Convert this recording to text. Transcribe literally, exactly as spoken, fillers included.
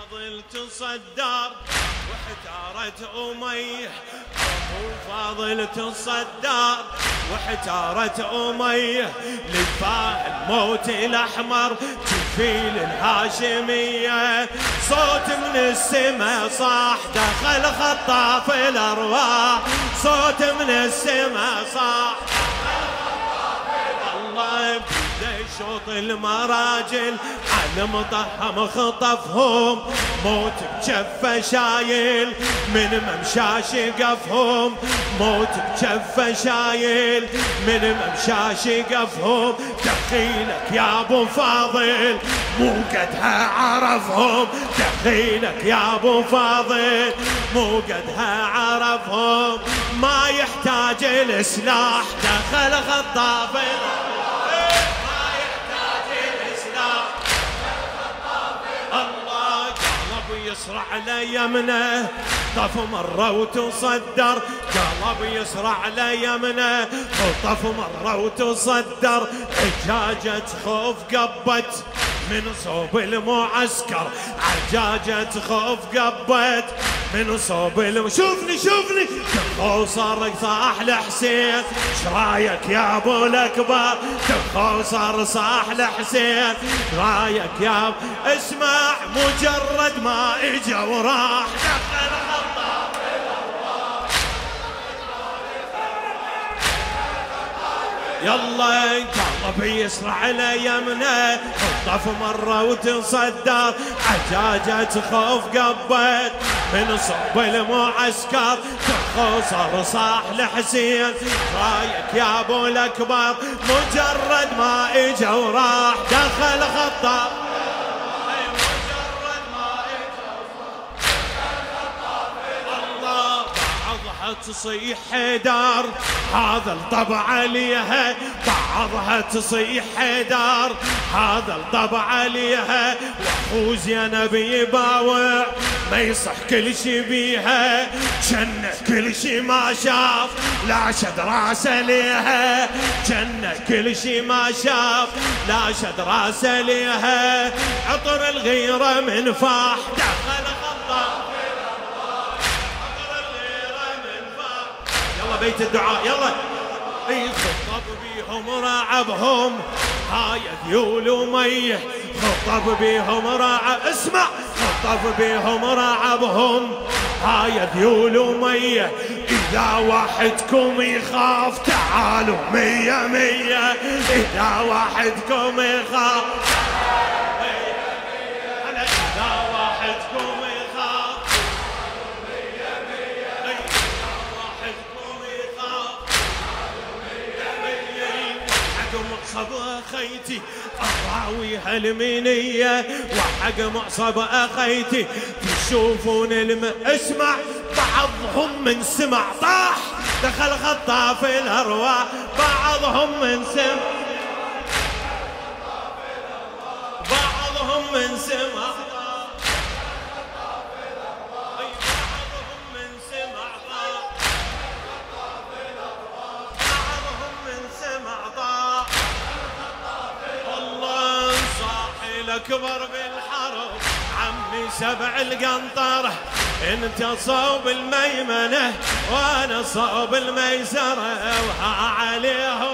فاضل تصدر واحتارت أميه، أبو فاضل تصدر واحتارت أميه، للفاه الموت الأحمر تفيل الهاشمية، صوت من السما صاح دخل خطاف الأرواح، صوت من السما صاح الله شوط المراجل على مطهم خطفهم، موت بجفة شايل من ممشاش قفهم، موت بجفة شايل من ممشاش قفهم، دخيلك يا ابو فاضل مو قدها عرفهم، دخيلك يا ابو فاضل مو قدها عرفهم، ما يحتاج السلاح دخل خطاف يسرع على يمنه، طف مرة وتصدر، قلب يسرع على يمنه، طف مرة وتصدر، حجاجة خوف قبت من صوب المعسكر، عجاجة خوف قبت من صوب الم... شوفني شوفني تخوصر صاح لحسين، شرايك يا ابو الاكبر، تخوصر صاح لحسين، رايك يا ابو، اسمع مجرد ما اجا وراح دخل خطاف الارواح، يلا قلب يسرع على يمنه، خطف مره وتصدر، عجاجة خوف قبت من صوب المعسكر، تخوصر صاح لحسين، رايك يا ابو الاكبر، مجرد ما اجا وراح دخل خطاف، تصيح حيدر هذا الطبع عليها، بعضها تصيح حيدر هذا الطبع عليها، واخو زينب يباوع ما يصح كل شي بيها، جنة كل شي ما شاف لا شد راسه ليها، جنة كل شي ما شاف لا شد راسه ليها، عطر الغيرة من فاح دخل خطاف، بيت الدعاء يلا خطب بيهم رعبهم، هاي ذيول وميه، خطب بيهم رعب، اسمع خطب بيهم رعبهم، هاي ذيول وميه، إذا واحدكم يخاف تعالوا مية مية، إذا واحدكم يخاف مقصب أخيتي أراوي هالمنية، وحق مقصب أخيتي تشوفون الم... اسمع بعضهم من سمع طاح دخل خطاف الأرواح، بعضهم من سمع بعضهم من سمع اكبر بالحرب عمي سبع القنطرة، انت صوب الميمنة وانا صوب الميسرة، وها عليهم